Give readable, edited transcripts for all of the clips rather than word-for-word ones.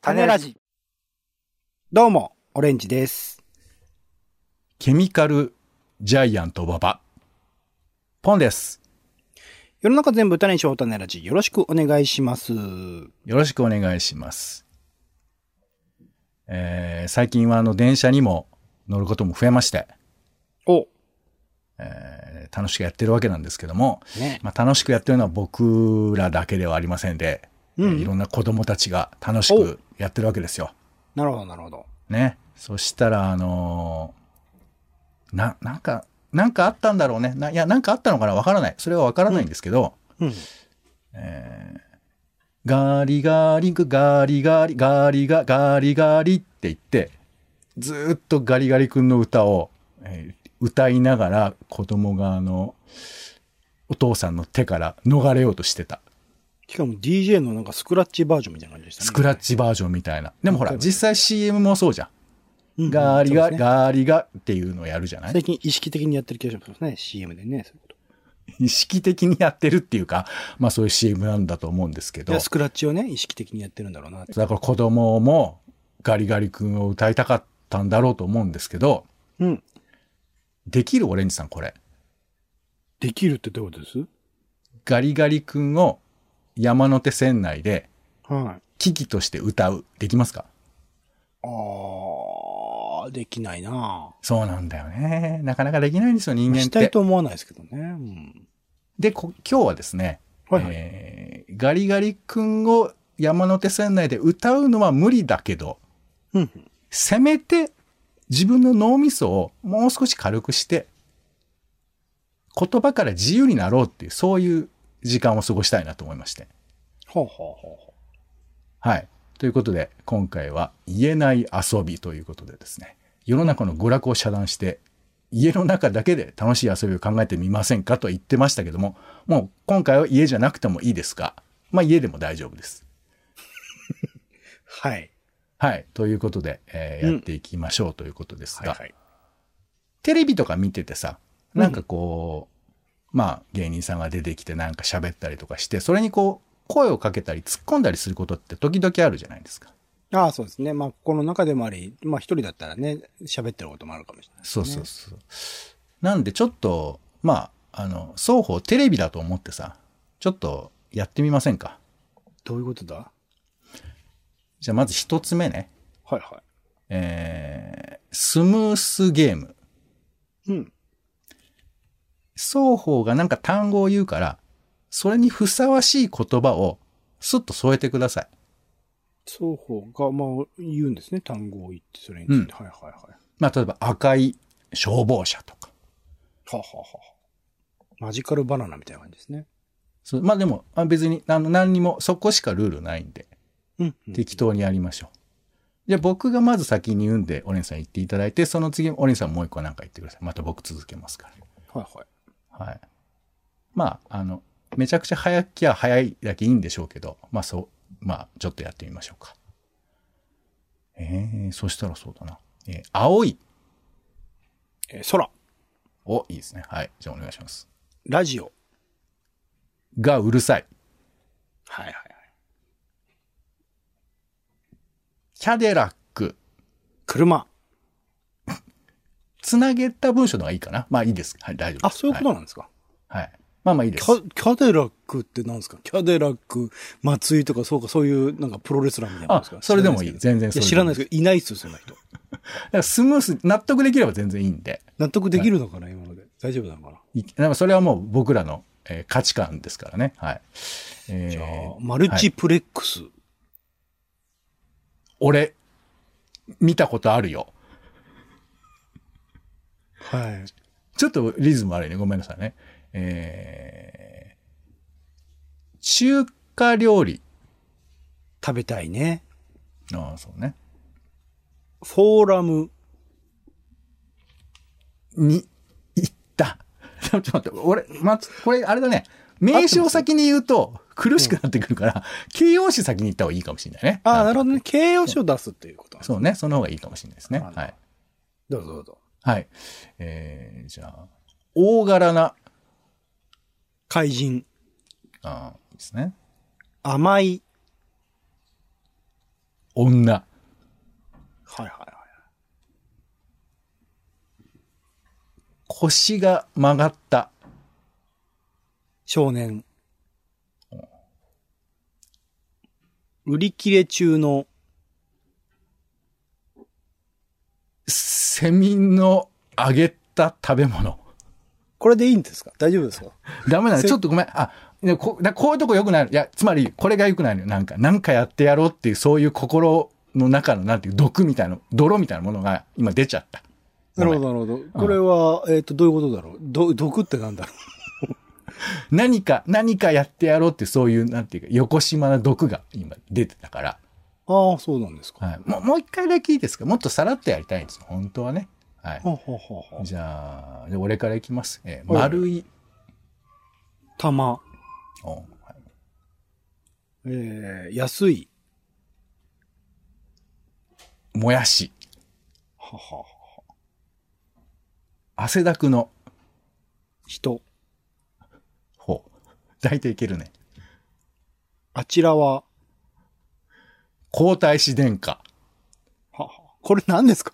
種ラジ。どうも、オレンジです。 ケミカルジャイアント馬場。ポンです。 世の中全部種にしよう種ラジ。よろしくお願いします。 よろしくお願いします。最近は電車にも乗ることも増えまして。 お、 楽しくやってるわけなんですけども、 ね、 楽しくやってるのは僕らだけではありませんで、いろんな子供たちが楽しくやってるわけですよ。 なるほど、なるほど。 ね。そしたら、なんかあったんだろうね。なんかあったのかなわからない。それはわからないんですけど、ガリガリグガリガリガリガガリガリって言って、ずーっとガリガリ君の歌を、歌いながら子供がお父さんの手から逃れようとしてた。 しかも DJ のなんかスクラッチバージョンみたいな感じでしたね。 スクラッチバージョンみたいな。でもほら、実際 CM もそうじゃん。ガリガリ、ガリガっていうのをやるじゃない？ 最近意識的にやってる気がしますね。CM でね。そういうこと意識的にやってるっていうか、そういう CM なんだと思うんですけど。 スクラッチをね、意識的にやってるんだろうな。 だから子供もガリガリ君を歌いたかったんだろうと思うんですけど、できるオレンジさんこれ。 できるってどういうことです？ ガリガリ君を山手線内で、機器として歌う。できますか？ できないな。 そうなんだよね。なかなかできないんですよ、人間って。 したいと思わないですけどね。 で、今日はですね、ガリガリ君を山手線内で歌うのは無理だけど、せめて自分の脳みそをもう少し軽くして、言葉から自由になろうっていう、そういう時間を過ごしたいなと思いまして。はい。ということで、今回は言えない遊びということでですね、世の中の娯楽を遮断して、家の中だけで楽しい遊びを考えてみませんかと言ってましたけども、もう今回は家じゃなくてもいいですが、家でも大丈夫です。 はい。 はい。ということで、やっていきましょうということですが、テレビとか見ててさ、なんかこう、芸人さんが出てきてなんか喋ったりとかして、それにこう、声をかけたり突っ込んだりすることって時々あるじゃないですか。 そうですね。この中でもあり、一人だったらね、喋ってることもあるかもしれないですね。 そう。なんでちょっと、双方テレビだと思ってさ、ちょっとやってみませんか？ どういうことだ？ じゃあまず一つ目ね。スムースゲーム。双方がなんか単語を言うから、それにふさわしい言葉をスッと添えてください。 双方が、言うんですね。単語を言って、それについて。 例えば赤い消防車とか。 マジカルバナナみたいな感じですね。 でも、別に、何にも、そこしかルールないんで、適当にやりましょう。じゃあ僕がまず先に言うんで、オレンさん言っていただいて、その次、オレンさんもう一個なんか言ってください。また僕続けますから。めちゃくちゃ早きゃ早いだけいいんでしょうけど、ちょっとやってみましょうか。そしたらそうだな。青い。 空。 いいですね。はい。じゃあお願いします。 ラジオ。 がうるさい。キャデラック。 車。 つなげた文章の方がいいかな。いいです。はい、大丈夫です。 そういうことなんですか？ はい。いいです。 キャデラックって何ですか？キャデラック、松井とかそういうなんかプロレスラーみたいなですか？ それでもいい。全然知らないですけど、いないっすよ、そんな人。 だからスムース、納得できれば全然いいんで。 納得できるのかな、今ので。大丈夫なのかな？それはもう僕らの、価値観ですからね。はい。 じゃあ、マルチプレックス。 俺、見たことあるよ。ちょっとリズム悪いね。ごめんなさいね。中華料理。 食べたいね。 そうね。 フォーラム。 に、行った。ちょっと待って、俺、これあれだね。名詞を先に言うと苦しくなってくるから、形容詞先に言った方がいいかもしれないね。 なるほどね。形容詞を出すっていうこと。 そうね。その方がいいかもしれないですね。はい。 どうぞどうぞ。 はい。じゃあ、大柄な。 怪人。 いいですね。 甘い。 美女。 はいはいはい。 腰が曲がった。 少年。売り切れ中の。 セミの揚げた食べ物。 これでいいんですか？大丈夫ですか？ ダメだね。ちょっとごめん。こういうとこ良くないの。いや、つまり、これが良くないのよ。なんかやってやろうっていう、そういう心の中の、なんていう、毒みたいな、泥みたいなものが今出ちゃった。 なるほど、なるほど。これは、どういうことだろう？毒ってなんだろう？ 何かやってやろうって、そういう、なんていうか、横島な毒が今出てたから。 ああ、そうなんですか。 はい。もう一回だけいいですか？もっとさらっとやりたいんです。本当はね。はい。 はははじゃあ、俺からいきます。丸い。 玉。 はい、 安い。 もやし。 ははは。 汗だくの。 人。 ほう。大体いけるね。 あちらは。 皇太子殿下。 はは。これ何ですか？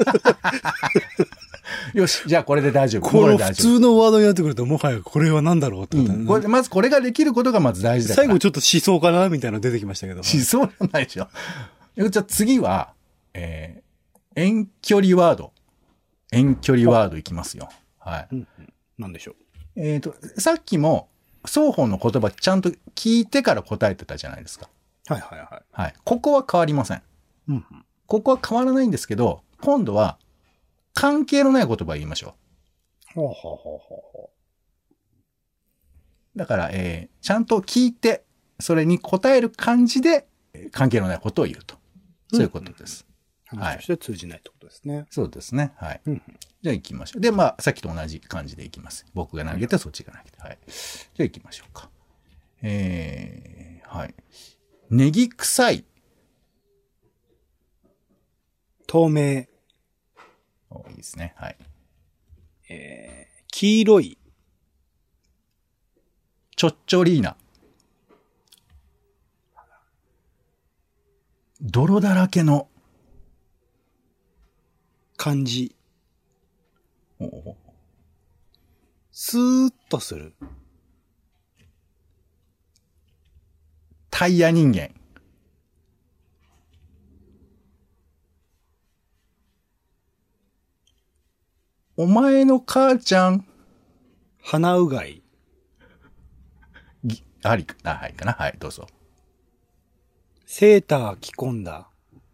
よし、じゃあこれで大丈夫。 この普通のワードになってくると、もはやこれは何だろうってことだね。 これでまずこれができることがまず大事だから。 最後ちょっと思想かなみたいなの出てきましたけど。 思想じゃないでしょ。じゃあ次は、遠距離ワード。遠距離ワードいきますよ。はい。 何でしょう。さっきも、双方の言葉ちゃんと聞いてから答えてたじゃないですか。 はいはいはい。 はい。ここは変わりません。ここは変わらないんですけど、今度は、関係のない言葉を言いましょう。 ほうほうほうほう。だから、ちゃんと聞いて、それに答える感じで、関係のないことを言うと。そういうことです。 話として通じないってことですね。 そうですね。はい。じゃあ行きましょう。で、さっきと同じ感じで行きます。僕が投げて、そっちが投げて。はい。じゃあ行きましょうか。はい。ネギ臭い。 透明。 いいですね。はい。 黄色い。 ちょっちょリーナ。泥だらけの。 感じ。スーッとする。 タイヤ人間。お前の母ちゃん。 鼻うがい。 ありかな、はいかな。はい、どうぞ。 セーター着込んだ。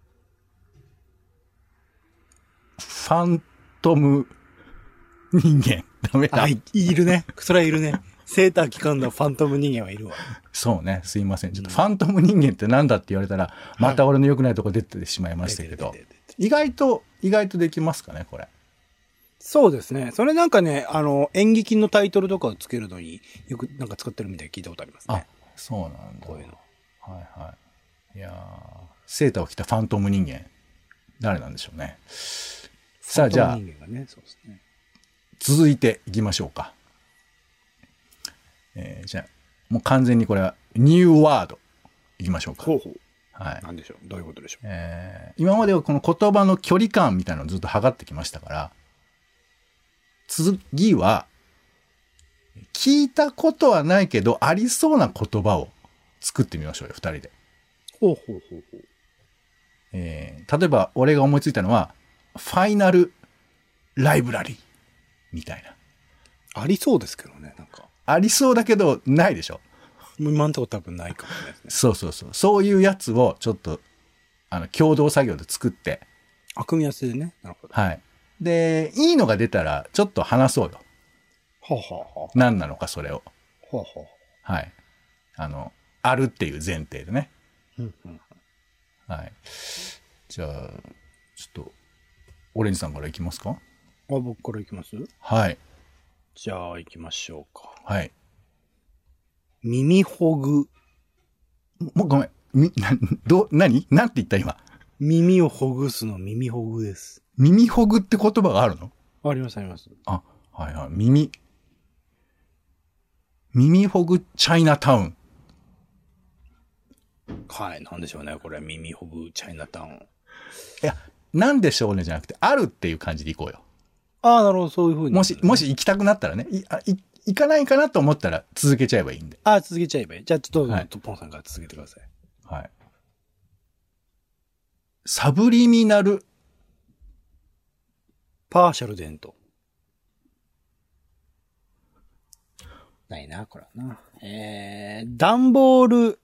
ファントム人間。ダメだ。 はい、いるね。それはいるね。セーター着込んだファントム人間はいるわ。 そうね。すいません。ちょっとファントム人間ってなんだって言われたら、また俺の良くないとこ出てしまいましたけど。意外とできますかね、これ。 そうですね。それなんかね、演劇のタイトルとかをつけるのによくなんか使ってるみたいに聞いたことありますね。 あ、そうなんだ。 こういうの。 はいはい。いやー、セーターを着たファントム人間。誰なんでしょうね。さあ、じゃあ、続いていきましょうか。じゃあ、もう完全にこれは、ニューワードいきましょうか。 ほうほう。 はい。 何でしょう？どういうことでしょう？ 今まではこの言葉の距離感みたいなのをずっと測ってきましたから、次は、聞いたことはないけど、ありそうな言葉を作ってみましょうよ、二人で。 ほうほうほうほう。 例えば、俺が思いついたのは、ファイナルライブラリーみたいな。 ありそうですけどね、なんか。 ありそうだけど、ないでしょ。 今んとこ多分ないかもね。 そうそうそう。そういうやつをちょっと、共同作業で作って。 組み合わせでね。なるほど。 はい。で、いいのが出たら、ちょっと話そうよ。 はあ、はあはあ、 何なのか、それを。 はあはあ、はい。あるっていう前提でね。 うんうん、 はい。じゃあ、ちょっと、オレンジさんからいきますか？ 僕からいきます？ はい。 じゃあ、行きましょうか。 はい。 耳ほぐ。 もうごめん。何なんて言った今。 耳をほぐすの耳ほぐです。 耳ほぐって言葉があるの？ ありますあります。 あ、はいはい。耳ほぐチャイナタウン。 はい。なんでしょうね。これ、耳ほぶチャイナタウン。 いや、なんでしょうねじゃなくて、あるっていう感じでいこうよ。 ああ、なるほど。そういう風に、ね。 もし行きたくなったらね、行かないかなと思ったら続けちゃえばいいんで。 ああ、続けちゃえばいい。じゃあ、ちょっと、 はい、 ポンさんから続けてください。 はい。サブリミナル。 パーシャルデント。ないな、これはな。ダンボール。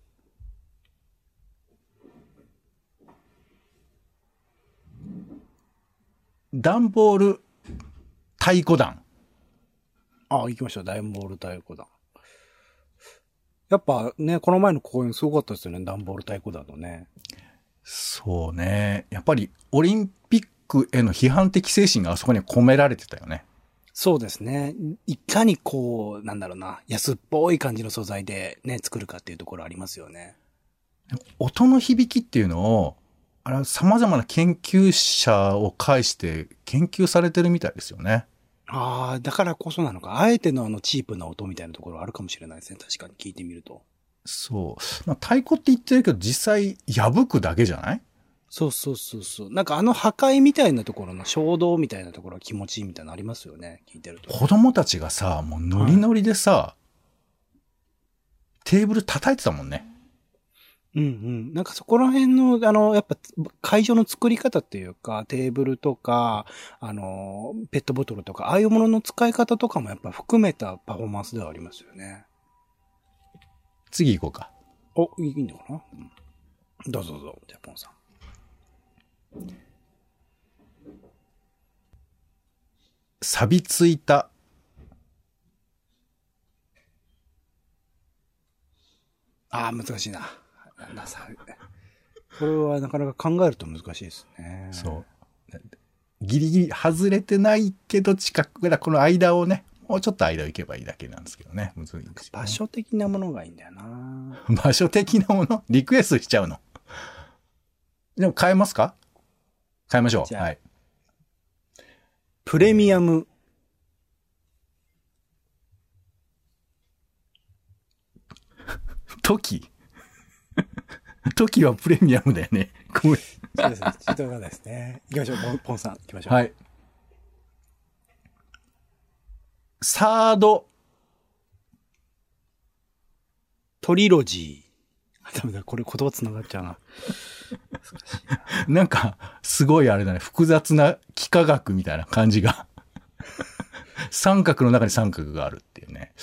ダンボール太鼓団。 ああ、行きましょう。ダンボール太鼓団。やっぱね、この前の公演すごかったですよね。ダンボール太鼓団のね。 そうね。やっぱりオリンピックへの批判的精神があそこに込められてたよね。 そうですね。いかにこう、なんだろうな、安っぽい感じの素材でね、作るかっていうところありますよね。 音の響きっていうのを、あれ、様々な研究者を介して研究されてるみたいですよね。 ああ、だからこそなのか。あえてのチープな音みたいなところあるかもしれないですね。確かに聞いてみると。 そう。まあ、太鼓って言ってるけど、実際破くだけじゃない？ そうそうそうそう。なんか破壊みたいなところの衝動みたいなところは気持ちいいみたいなのありますよね。聞いてると。 子供たちがさ、もうノリノリでさ、はい、テーブル叩いてたもんね。 うんうん。なんかそこら辺の、やっぱ会場の作り方っていうか、テーブルとか、ペットボトルとか、ああいうものの使い方とかもやっぱ含めたパフォーマンスではありますよね。 次行こうか。 お、いいのかな、うん、どうぞどうぞ、じゃあポンさん。 錆びついた。 ああ、難しいな。これはなかなか考えると難しいですね。 そう。ギリギリ外れてないけど近くだ、この間をね、もうちょっと間を行けばいいだけなんですけどね。むずいんですよね。 場所的なものがいいんだよな。 場所的なものリクエストしちゃうの。でも変えますか？変えましょう。はい。 プレミアム。 トキはプレミアムだよね。ごめん。 そうですね。ちょっとわかんないですね。行きましょう。ポンさん、行きましょう。 はい。サード。 トリロジー。ダメだ、これ言葉繋がっちゃうな。 なんか、すごいあれだね。複雑な幾何学みたいな感じが。三角の中に三角があるっていうね。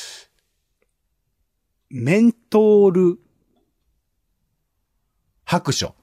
メントール。 白書。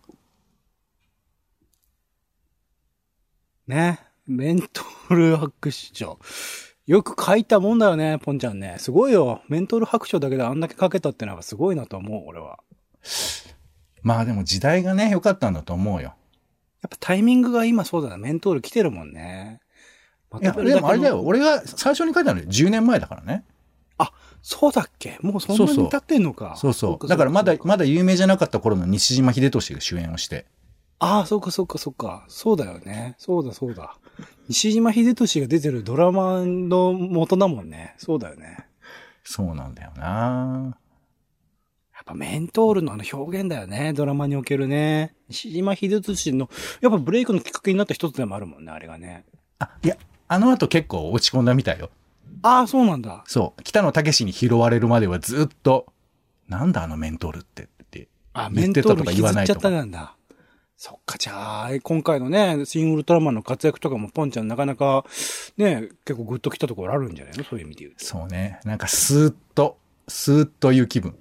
ね。メントール白書。よく書いたもんだよね、ポンちゃんね。すごいよ。メントール白書だけであんだけ書けたってのがすごいなと思う、俺は。 まあでも時代がね、良かったんだと思うよ。 やっぱタイミングが今そうだな。メントール来てるもんね。 いや、でもあれだよ。俺が最初に書いたの10年前だからね。 あ、そうだっけ？もうそんなに経ってんのか。 そうそう。だからまだ有名じゃなかった頃の西島秀俊が主演をして。 ああ、そうかそうかそうか。そうだよね。そうだそうだ。西島秀俊が出てるドラマの元だもんね。そうだよね。 そうなんだよな。 やっぱメントールの表現だよね。ドラマにおけるね。西島秀俊の、やっぱブレイクのきっかけになった一つでもあるもんね、あれがね。 あ、いや、あの後結構落ち込んだみたいよ。 ああ、そうなんだ。 そう。北野武に拾われるまではずっと、なんだあのメントールって言ってたとか言わないとか。 メントール引きずっちゃったなんだ。そっか、じゃあ、今回のね、シン・ウルトラマンの活躍とかもポンちゃんなかなか、ね、結構グッときたところあるんじゃないの？そういう意味で言うと。 そうね。なんかスーッという気分。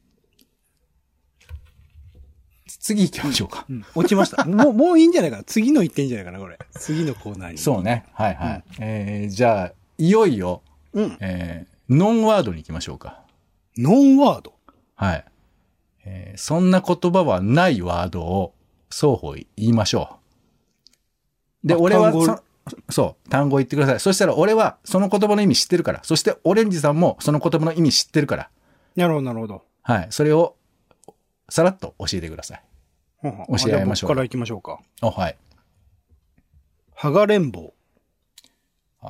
次行きましょうか。 うん、落ちました。もういいんじゃないかな。次の言っていいんじゃないかな、これ。次のコーナーに。 そうね。はいはい。うん、じゃあ、いよいよ、 うん、 ノンワードに行きましょうか。 ノンワード？ はい。そんな言葉はないワードを双方言いましょう。で、俺は単語言ってください。そしたら俺はその言葉の意味知ってるから。そしてオレンジさんもその言葉の意味知ってるから。 なるほど、なるほど。 はい。それをさらっと教えてください。教え合いましょう。 僕から行きましょうか。 はい。 ハガレンボウ。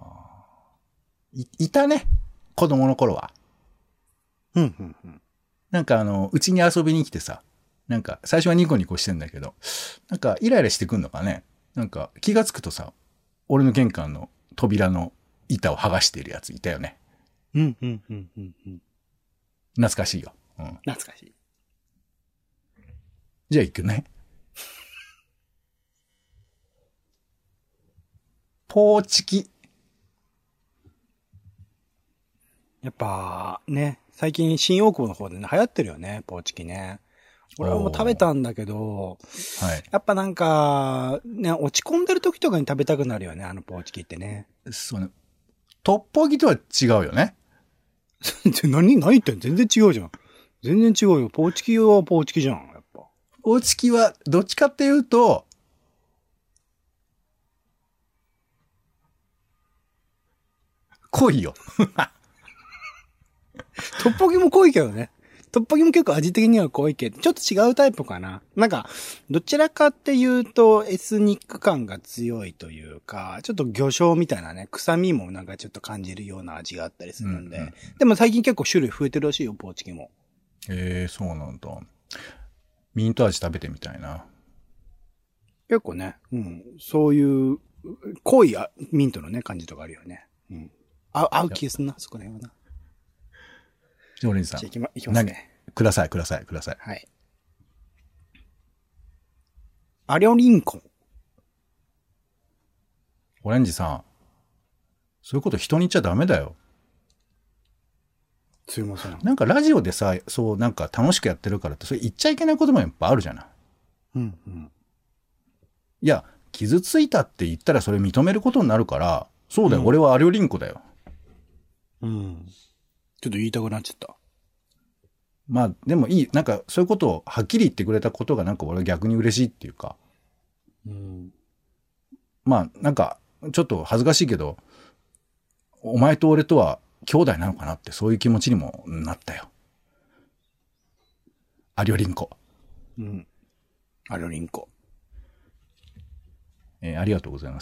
いたね。子供の頃は。 うん。 なんかうちに遊びに来てさ、 なんか、最初はニコニコしてんだけど、なんか、イライラしてくんのかね。なんか、気がつくとさ、俺の玄関の扉の板を剥がしているやついたよね。 うん、うん、うん、うん。 懐かしいよ。うん。 懐かしい。 じゃあ行くね。ポーチキ。 やっぱ、ね、最近新大久保の方でね、流行ってるよね、ポーチキね。俺はもう食べたんだけど、 はい。 やっぱなんか、ね、落ち込んでる時とかに食べたくなるよね、あのポーチキってね。 そうね。トッポギとは違うよね。 何言ってんの全然違うじゃん。全然違うよ。ポーチキはポーチキじゃん、やっぱ。 ポーチキは、どっちかっていうと、濃いよ。 トッポギも濃いけどね。トッポギも結構味的には濃いけど、ちょっと違うタイプかな。なんか、どちらかっていうとエスニック感が強いというか、ちょっと魚醤みたいなね、臭みもなんかちょっと感じるような味があったりするんで。 うんうん、 でも最近結構種類増えてるらしいよ、ポーチキも。 そうなんだ。ミント味食べてみたいな。 結構ね、うん。そういう濃いミントのね、感じとかあるよね。うん。合う気がすんな、そこら辺はな。 オレンジさん。 じゃあいきますね。 ください。 はい。アリョリンコン。 オレンジさん。そういうこと人に言っちゃダメだよ。 すいません。 なんかラジオでさ、そうなんか楽しくやってるからって、それ言っちゃいけないこともやっぱあるじゃない。 うんうん。 いや、傷ついたって言ったらそれ認めることになるから、そうだよ、 うん、 俺はアリョリンコだよ。 うん。ちょっと言いたくなっちゃった。 まあ、でもいい。なんか、そういうことをはっきり言ってくれたことがなんか俺は逆に嬉しいっていうか。 うん。 まあ、なんか、ちょっと恥ずかしいけど、お前と俺とは兄弟なのかなってそういう気持ちにもなったよ。アリョリンコ。 うん。アリョリンコ。 ありがとうございます。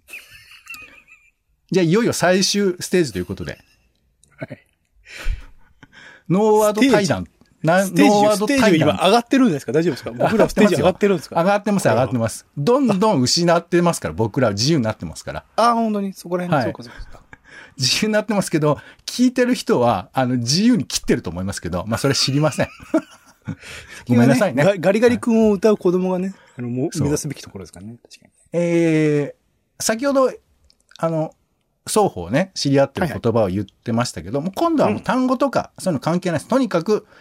じゃあ、いよいよ最終ステージということで。 はい。 ノーワード対談。ノーワード対談。 ステージ今上がってるんですか？大丈夫ですか？僕らステージ上がってるんですか？ 上がってます。どんどん失ってますから、僕らは自由になってますから。 ああ、本当にそこら辺、 はい、そうか。自由になってますけど、聞いてる人は、自由に切ってると思いますけど、まあ、それ知りません。ごめんなさいね。 ガリガリ君を歌う子供がね、目指すべきところですからね。確かに。先ほど、双方ね、知り合ってる言葉を言ってましたけども、今度はもう単語とか、そういうの関係ないです。とにかく、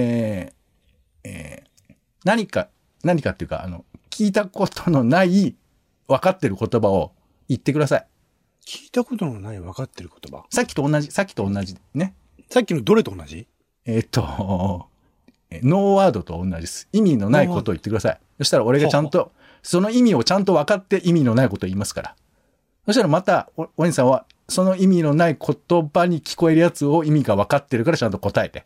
何かっていうか、聞いたことのない、分かってる言葉を言ってください。 聞いたことのない分かってる言葉。 さっきと同じね。 さっきのどれと同じ？ ノーワードと同じです。意味のないことを言ってください。そしたら俺がちゃんと、その意味をちゃんと分かって意味のないことを言いますから。そしたらまた、お兄さんは、その意味のない言葉に聞こえるやつを意味が分かってるからちゃんと答えて。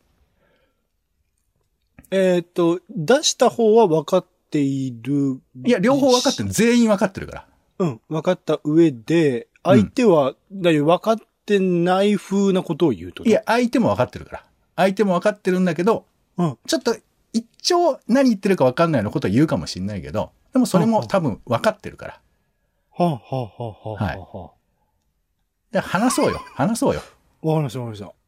出した方は分かっている。 いや、両方分かってる。全員分かってるから。 うん、分かった上で、相手は、分かってない風なことを言うと。 いや、相手も分かってるから。相手も分かってるんだけど、うん、ちょっと、一応何言ってるか分かんないようなことを言うかもしれないけど、でもそれも多分分かってるから。 はあ、はあ、はあ、はあ、はい。 じゃあ話そうよ。 わかりました。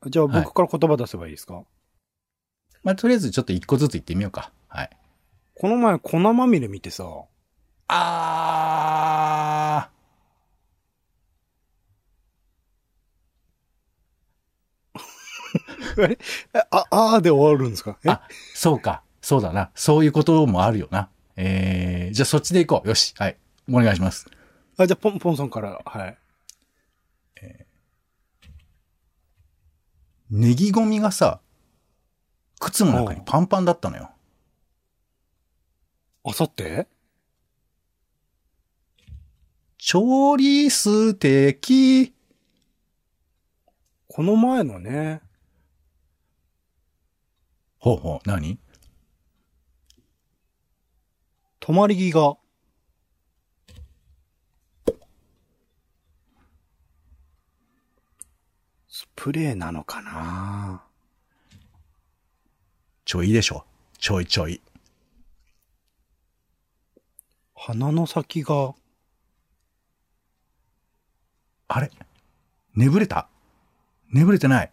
じゃあ僕から言葉出せばいいですか？はい、 まあ、とりあえずちょっと一個ずつ言ってみようか。はい。 この前粉まみれ見てさ。 あれで終わるんですか？ そうか。そうだな。そういうこともあるよな。じゃあそっちで行こう。よし。はい。お願いします。 じゃあポンさんから、はい。 ネギゴミがさ、靴の中にパンパンだったのよ。 あさって調理素敵。 この前のね。 ほうほう、何？ 止まり木が。スプレーなのかな？ ちょいでしょ。ちょい。 鼻の先が。 あれ眠れた？眠れてない。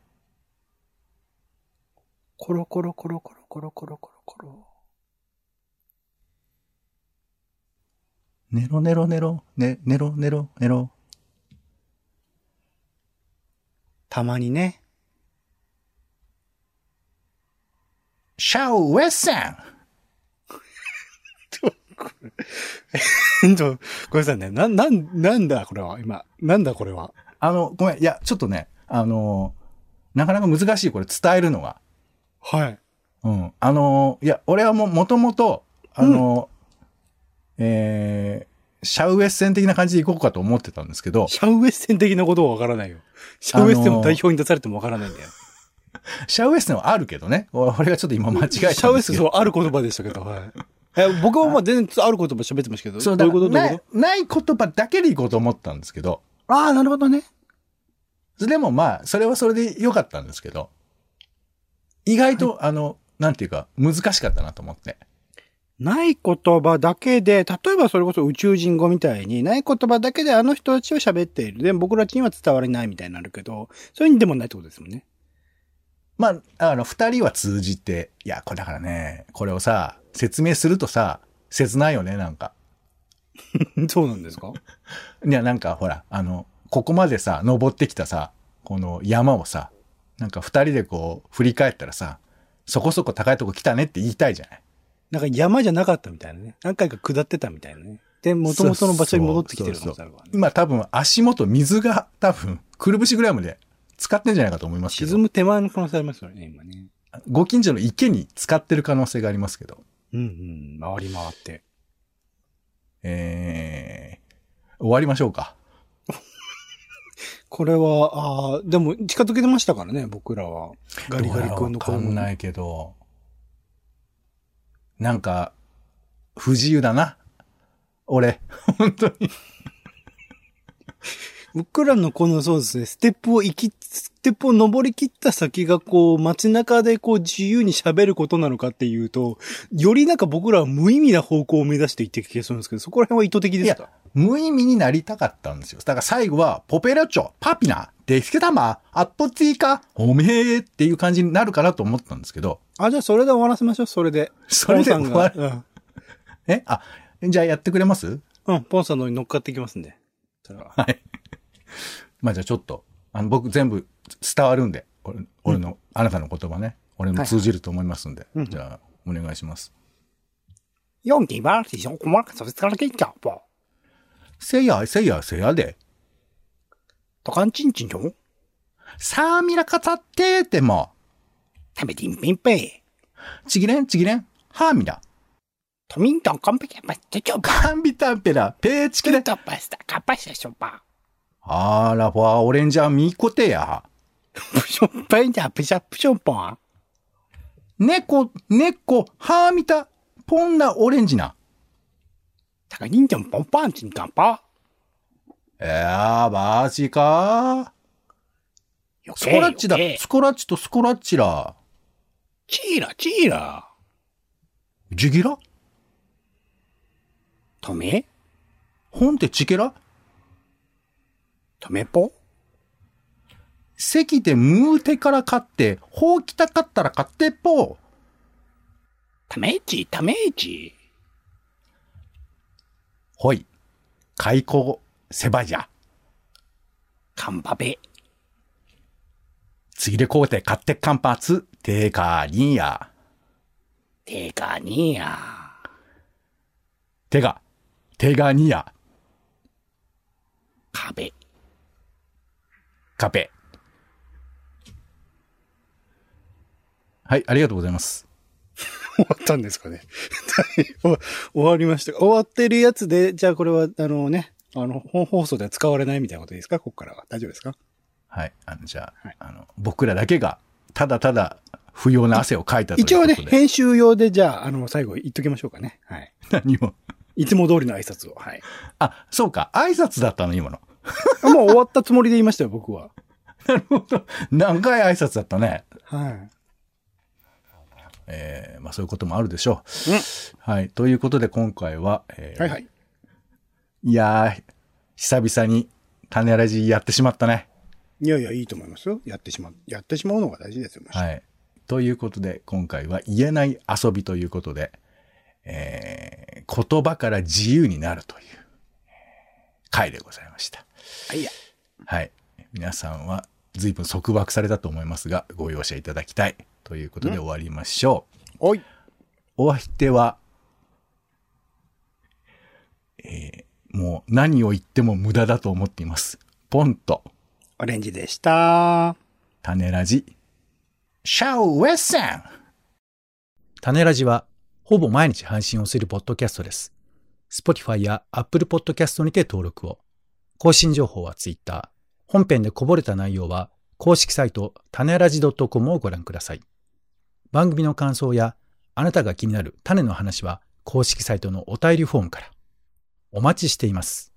コロコロコロコロコロコロコロコロ。 寝ろ寝ろ寝ろ、寝ろ寝ろ寝ろ。 たまにね。 シャオウェッセンごめんなさいね。なんだこれは今。なんだこれは。 ごめん。いや、ちょっとね、なかなか難しいこれ伝えるのが。 はい。 うん。いや、俺はもともと、シャウエッセン的な感じでいこうかと思ってたんですけど。 シャウエッセン的なことはわからないよ。シャウエッセンを代表に出されてもわからないんだよ。 シャウエッセンはあるけどね。俺がちょっと今間違えたんですけど。 シャウエッセンはある言葉でしたけど、はい。僕は全然ある言葉喋ってましたけど。 そうどういうことない言葉だけでいこうと思ったんですけど。 ああ、なるほどね。 でもまあ、それはそれで良かったんですけど。意外と、はい、なんていうか、難しかったなと思って。 ない言葉だけで、例えばそれこそ宇宙人語みたいに、ない言葉だけであの人たちは喋っている。でも僕たちには伝わりないみたいになるけど、そういうにでもないってことですもんね。 まあ、二人は通じて、いや、これだからね、これをさ、説明するとさ、切ないよね、なんか。 そうなんですか？ いや、なんかほら、ここまでさ、登ってきたさ、この山をさ、なんか二人でこう、振り返ったらさ、そこそこ高いとこ来たねって言いたいじゃない。 なんか山じゃなかったみたいなね。何回か下ってたみたいなね。で、元々の場所に戻ってきてる可能性あるからね。 今多分足元水が多分、くるぶしぐらいまで使ってんじゃないかと思いますけど。 沈む手前の可能性ありますよね、今ね。 ご近所の池に使ってる可能性がありますけど。 うんうん、回り回って。 終わりましょうか。 これは、でも近づけてましたからね、僕らは。ガリガリ君の子。わかんないけど。なんか、不自由だな。俺、本当に。 僕らのこのそうですね、ステップを登り切った先がこう街中でこう自由に喋ることなのかっていうと、よりなんか僕らは無意味な方向を目指していってる気がするんですけど、そこら辺は意図的ですか？ いや、無意味になりたかったんですよ。だから最後は、ポペラッチョ、パピナ、デスケタマ、アッポツィーカ、おめーっていう感じになるかなと思ったんですけど。 あ、じゃあそれで終わらせましょう、それで。 それで終わる。うん、じゃあやってくれます？ うん、ポンさんのに乗っかっていきますんで。 はい。まあじゃあちょっと、僕全部伝わるんで、俺の、あなたの言葉ね、俺も通じると思いますんで、はい、じゃあお願いします。 用地吧，弟兄，我们可是在那给讲不？ せやで。 都看真真中。 さあみらかたってーても。 食べてんぺんぺ。 ちぎれん、はみら。 とみんとんかんぺきゃばってちょば。 かんびたんぺら、ぺーちきれ。 とばしたかばしたしょば。 あら、わ、オレンジャーみーこてや。 プションパインじゃ、プシャプションポン。 猫、はみた、ポンなオレンジな。 たかにんちゃんポンパンチンカンパ。 マジかスコラッチだ、スコラッチとスコラッチら。 チーラ。 ジュギラトメほんてチケラトメポ席でムーテから買って、ほうきたかったら買ってっぽ。 ためいち。 ほい。開口、せばじゃ。 カンパベ。 次でこうて買ってカンパツ、てかにや。 てがにや。壁。 はい、ありがとうございます。 終わったんですかね。終わりました。終わってるやつで、じゃあこれは、本放送では使われないみたいなことですか？ここからは。大丈夫ですか？ はい。じゃあ、はい、僕らだけが、ただただ、不要な汗をかいたということで。 一応ね、編集用で、じゃあ、最後言っときましょうかね。はい。 何を？ いつも通りの挨拶を。はい。 あ、そうか。挨拶だったの、今の。 もう終わったつもりで言いましたよ、僕は。 なるほど。長い挨拶だったね。 はい。 まあそういうこともあるでしょう。はい。ということで今回は、 はいはい。 いやー、久々に種ラジやってしまったね。 いやいや、いいと思いますよ。やってしまうのが大事ですよ。 はい。ということで、今回は言えない遊びということで、言葉から自由になるという回でございました。 はいや。 はい。皆さんは随分束縛されたと思いますが、ご容赦いただきたいということで終わりましょう。 おい。 お相手は、もう何を言っても無駄だと思っています。ポンと。 オレンジでした。 種ラジ。シャオウェッセン。 種ラジはほぼ毎日配信をするポッドキャストです。Spotify や Apple Podcast にて登録を。更新情報は Twitter。本編でこぼれた内容は公式サイト種ラジ .com をご覧ください。番組の感想やあなたが気になる種の話は公式サイトのお便りフォームから。お待ちしています。